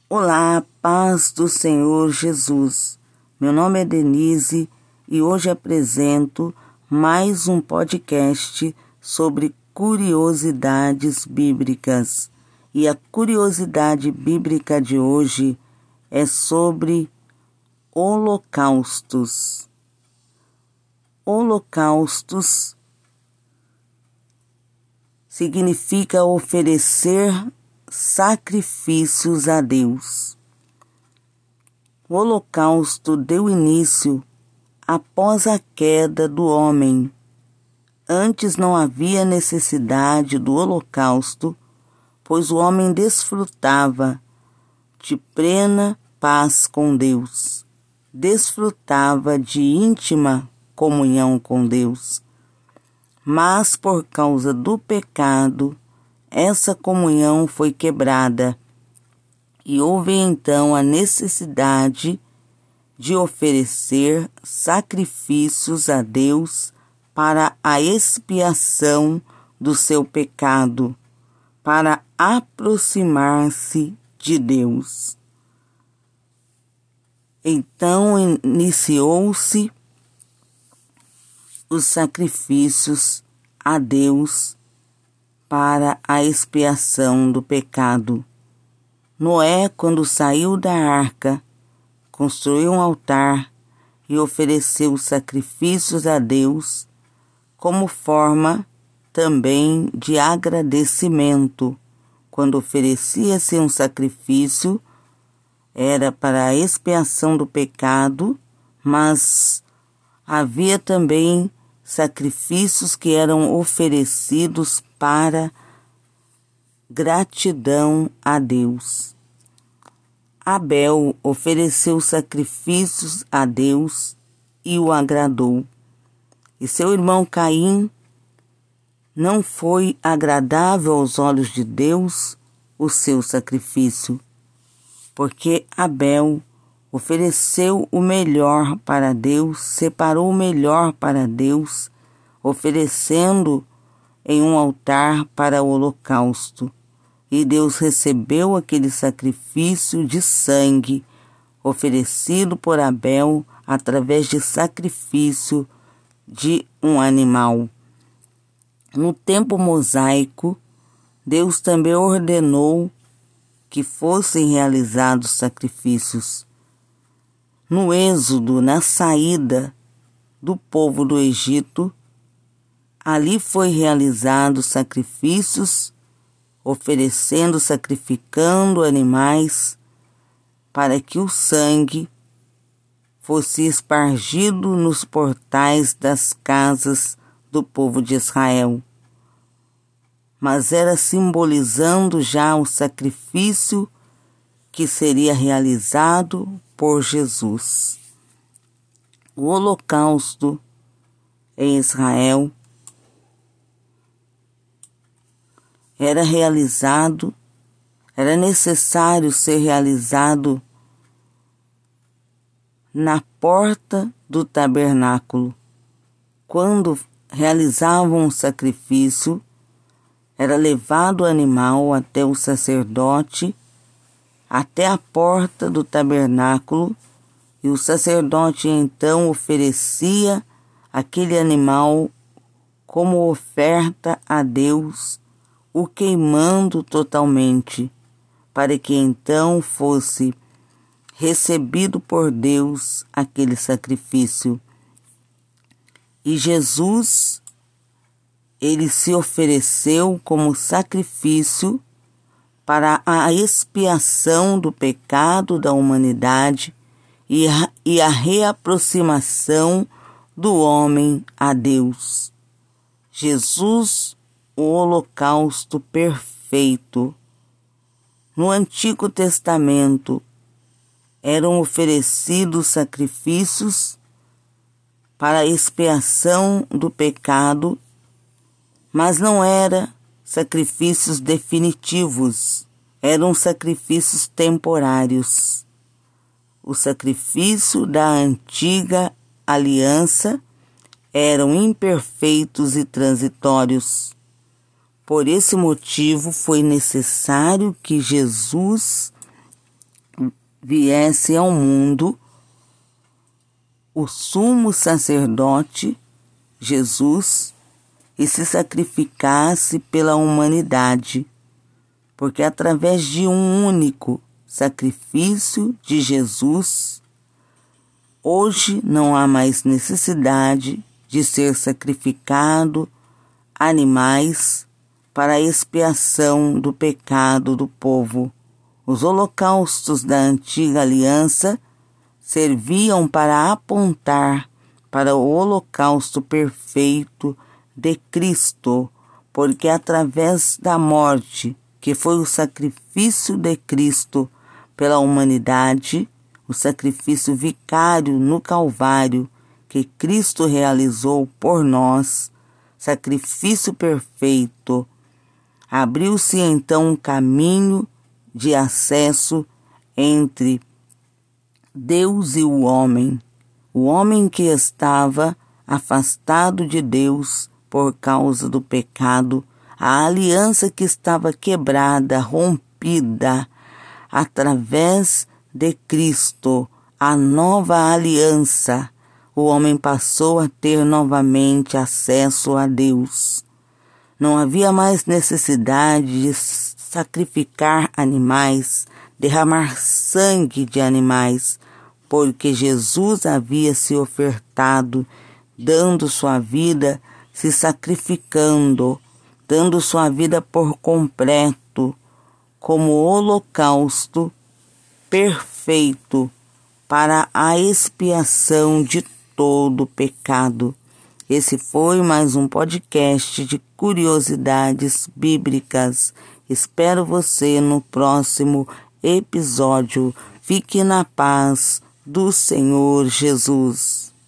Olá, paz do Senhor Jesus. Meu nome é Denise e hoje apresento mais um podcast sobre curiosidades bíblicas. E a curiosidade bíblica de hoje é sobre holocaustos. Holocaustos significa oferecer sacrifícios a Deus. O holocausto deu início após a queda do homem. Antes não havia necessidade do holocausto, pois o homem desfrutava de plena paz com Deus, desfrutava de íntima comunhão com Deus. Mas por causa do pecado, essa comunhão foi quebrada e houve então a necessidade de oferecer sacrifícios a Deus para a expiação do seu pecado, para aproximar-se de Deus. Então iniciou-se os sacrifícios a Deus para a expiação do pecado. Noé, quando saiu da arca, construiu um altar e ofereceu sacrifícios a Deus como forma também de agradecimento. Quando oferecia-se um sacrifício, era para a expiação do pecado, mas havia também sacrifícios que eram oferecidos para gratidão a Deus. Abel ofereceu sacrifícios a Deus e o agradou. E seu irmão Caim não foi agradável aos olhos de Deus o seu sacrifício, porque Abel ofereceu o melhor para Deus, separou o melhor para Deus, oferecendo em um altar para o holocausto. E Deus recebeu aquele sacrifício de sangue oferecido por Abel através de sacrifício de um animal. No tempo mosaico, Deus também ordenou que fossem realizados sacrifícios. No êxodo, na saída do povo do Egito, ali foi realizados sacrifícios, sacrificando animais, para que o sangue fosse espargido nos portais das casas do povo de Israel. Mas era simbolizando já o sacrifício que seria realizado por Jesus. O holocausto em Israel era necessário ser realizado na porta do tabernáculo. Quando realizavam o sacrifício, era levado o animal até o sacerdote, até a porta do tabernáculo, e o sacerdote então oferecia aquele animal como oferta a Deus, o queimando totalmente, para que então fosse recebido por Deus aquele sacrifício. E Jesus, ele se ofereceu como sacrifício para a expiação do pecado da humanidade e a reaproximação do homem a Deus. Jesus, o holocausto perfeito. No Antigo Testamento eram oferecidos sacrifícios para a expiação do pecado, mas não eram sacrifícios definitivos, eram sacrifícios temporários. O sacrifício da antiga aliança eram imperfeitos e transitórios. Por esse motivo foi necessário que Jesus viesse ao mundo o sumo sacerdote, Jesus, e se sacrificasse pela humanidade, porque através de um único sacrifício de Jesus, hoje não há mais necessidade de ser sacrificado animais para a expiação do pecado do povo. Os holocaustos da antiga aliança serviam para apontar para o holocausto perfeito de Cristo, porque através da morte, que foi o sacrifício de Cristo pela humanidade, o sacrifício vicário no Calvário que Cristo realizou por nós, sacrifício perfeito, abriu-se então um caminho de acesso entre Deus e o homem que estava afastado de Deus por causa do pecado, a aliança que estava quebrada, rompida, através de Cristo, a nova aliança, o homem passou a ter novamente acesso a Deus. Não havia mais necessidade de sacrificar animais, derramar sangue de animais, porque Jesus havia se ofertado, dando sua vida, se sacrificando, dando sua vida por completo, como holocausto perfeito para a expiação de todo pecado. Esse foi mais um podcast de curiosidades bíblicas. Espero você no próximo episódio. Fique na paz do Senhor Jesus.